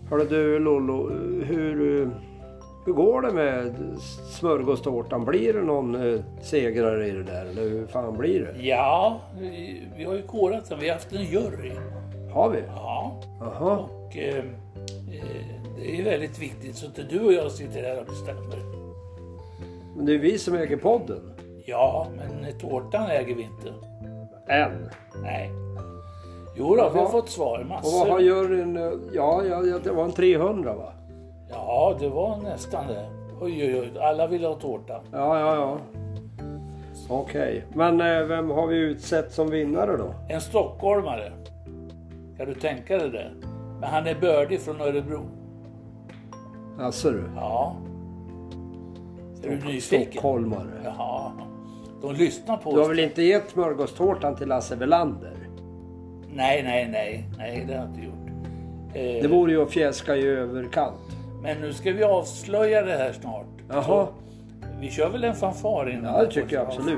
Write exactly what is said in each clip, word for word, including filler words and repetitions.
Hörru du Lollo, hur, hur går det med smörgåstårtan? Blir det någon eh, segrare i det där? Eller hur fan blir det? Ja, vi, vi har ju korat den. Vi har haft en jury. Har vi? Ja. Aha. Och eh, eh, det är väldigt viktigt så att du och jag sitter här och bestämmer. Men det är vi som äger podden. Ja, men tårtan äger vi inte. Än. Nej. Jo då, vi har fått svar massor. Och vad gör en... Ja, ja, ja, det var en trehundra va? Ja, det var nästan det. Oj, oj, oj. Alla vill ha tårta. Ja, ja, ja. Okej. Men eh, vem har vi utsett som vinnare då? En stockholmare. Kan du tänka dig det? Men han är bördig från Örebro. Alltså du. Ja. Är du nyfiken? Stockholmare. Ja. De lyssnar på oss. Du har väl inte gett smörgåstårtan till Lasse Welander? Nej, nej, nej. Nej, det har jag inte gjort. Eh, Det vore ju att fjäska i överkant. Men nu ska vi avslöja det här snart. Jaha. Så vi kör väl en fanfar innan? Ja, det tycker jag absolut.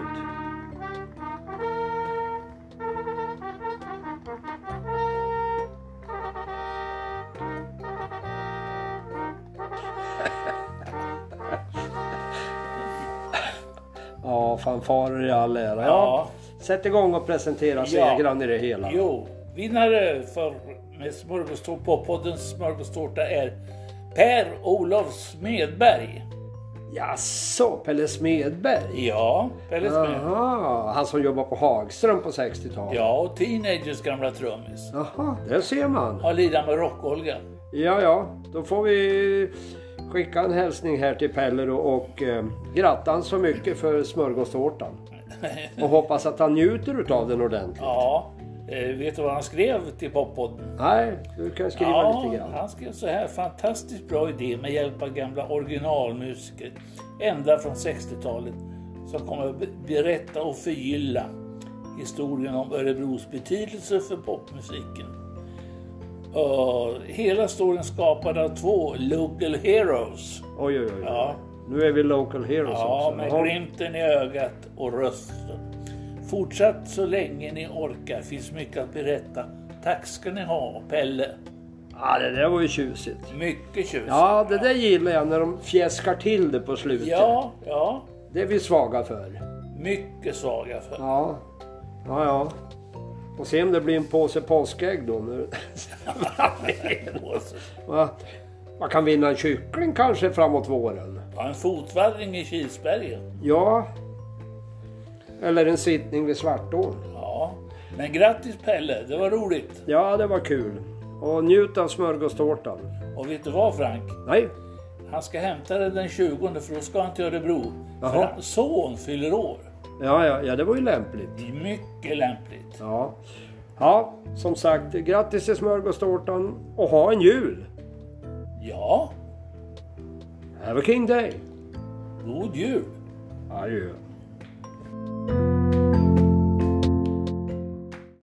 Ja, fanfarer i all ära. Ja. Ja. Sätt igång och presentera segraren i det hela. Jo, vinnare för med smörgåstårta på poddens smörgåstårta är Per-Olof Smedberg. Jaså, Pelle Smedberg? Ja, Pelle Smedberg. Aha, han som jobbar på Hagström på sextiotalet. Ja, och Teenagers gamla trummis. Jaha, där ser man. Har lidat med rock-Olga. Ja, ja, då får vi skicka en hälsning här till Pelle och, och eh, gratta han så mycket för smörgåstårtan. Och hoppas att han njuter utav den ordentligt. Ja, eh, vet du vad han skrev till poppodden? Nej, du kan skriva Ja, lite grann. han skrev så här: fantastiskt bra idé med hjälp av gamla originalmusiker ända från sextiotalet som kommer att be- berätta och förgylla historien om Örebros betydelse för popmusiken. Och hela storyn skapad av två local heroes. Oj, oj, oj. Ja. Nu är vi local heroes Ja, också. med Jaha. glimten i ögat och rösten. Fortsatt så länge ni orkar, finns mycket att berätta. Tack ska ni ha, Pelle. Ja, det där var ju tjusigt. Mycket tjusigt. Ja, det där gillar jag när de fjäskar till det på slutet. Ja, ja. Det är vi svaga för. Mycket svaga för. Ja, ja, ja. Och se om det blir en påse påskägg då. Nu. Va? Man kan vinna en kyckling kanske framåt våren. Ja, en fotvallring i Kilsbergen. Ja. Eller en sittning vid Svartån. Ja, men grattis Pelle, det var roligt. Ja, det var kul. Och njut av smörgåstårtan. Och vet du vad Frank? Nej. Han ska hämta den den tjugonde för då ska han till Örebro. För Jaha. hans son fyller år. Ja, ja, ja, det var ju lämpligt. Mycket lämpligt. Ja. Ja, som sagt, grattis till smörgåstårtan och ha en jul. Ja, Have a king day. god jul. Adjö.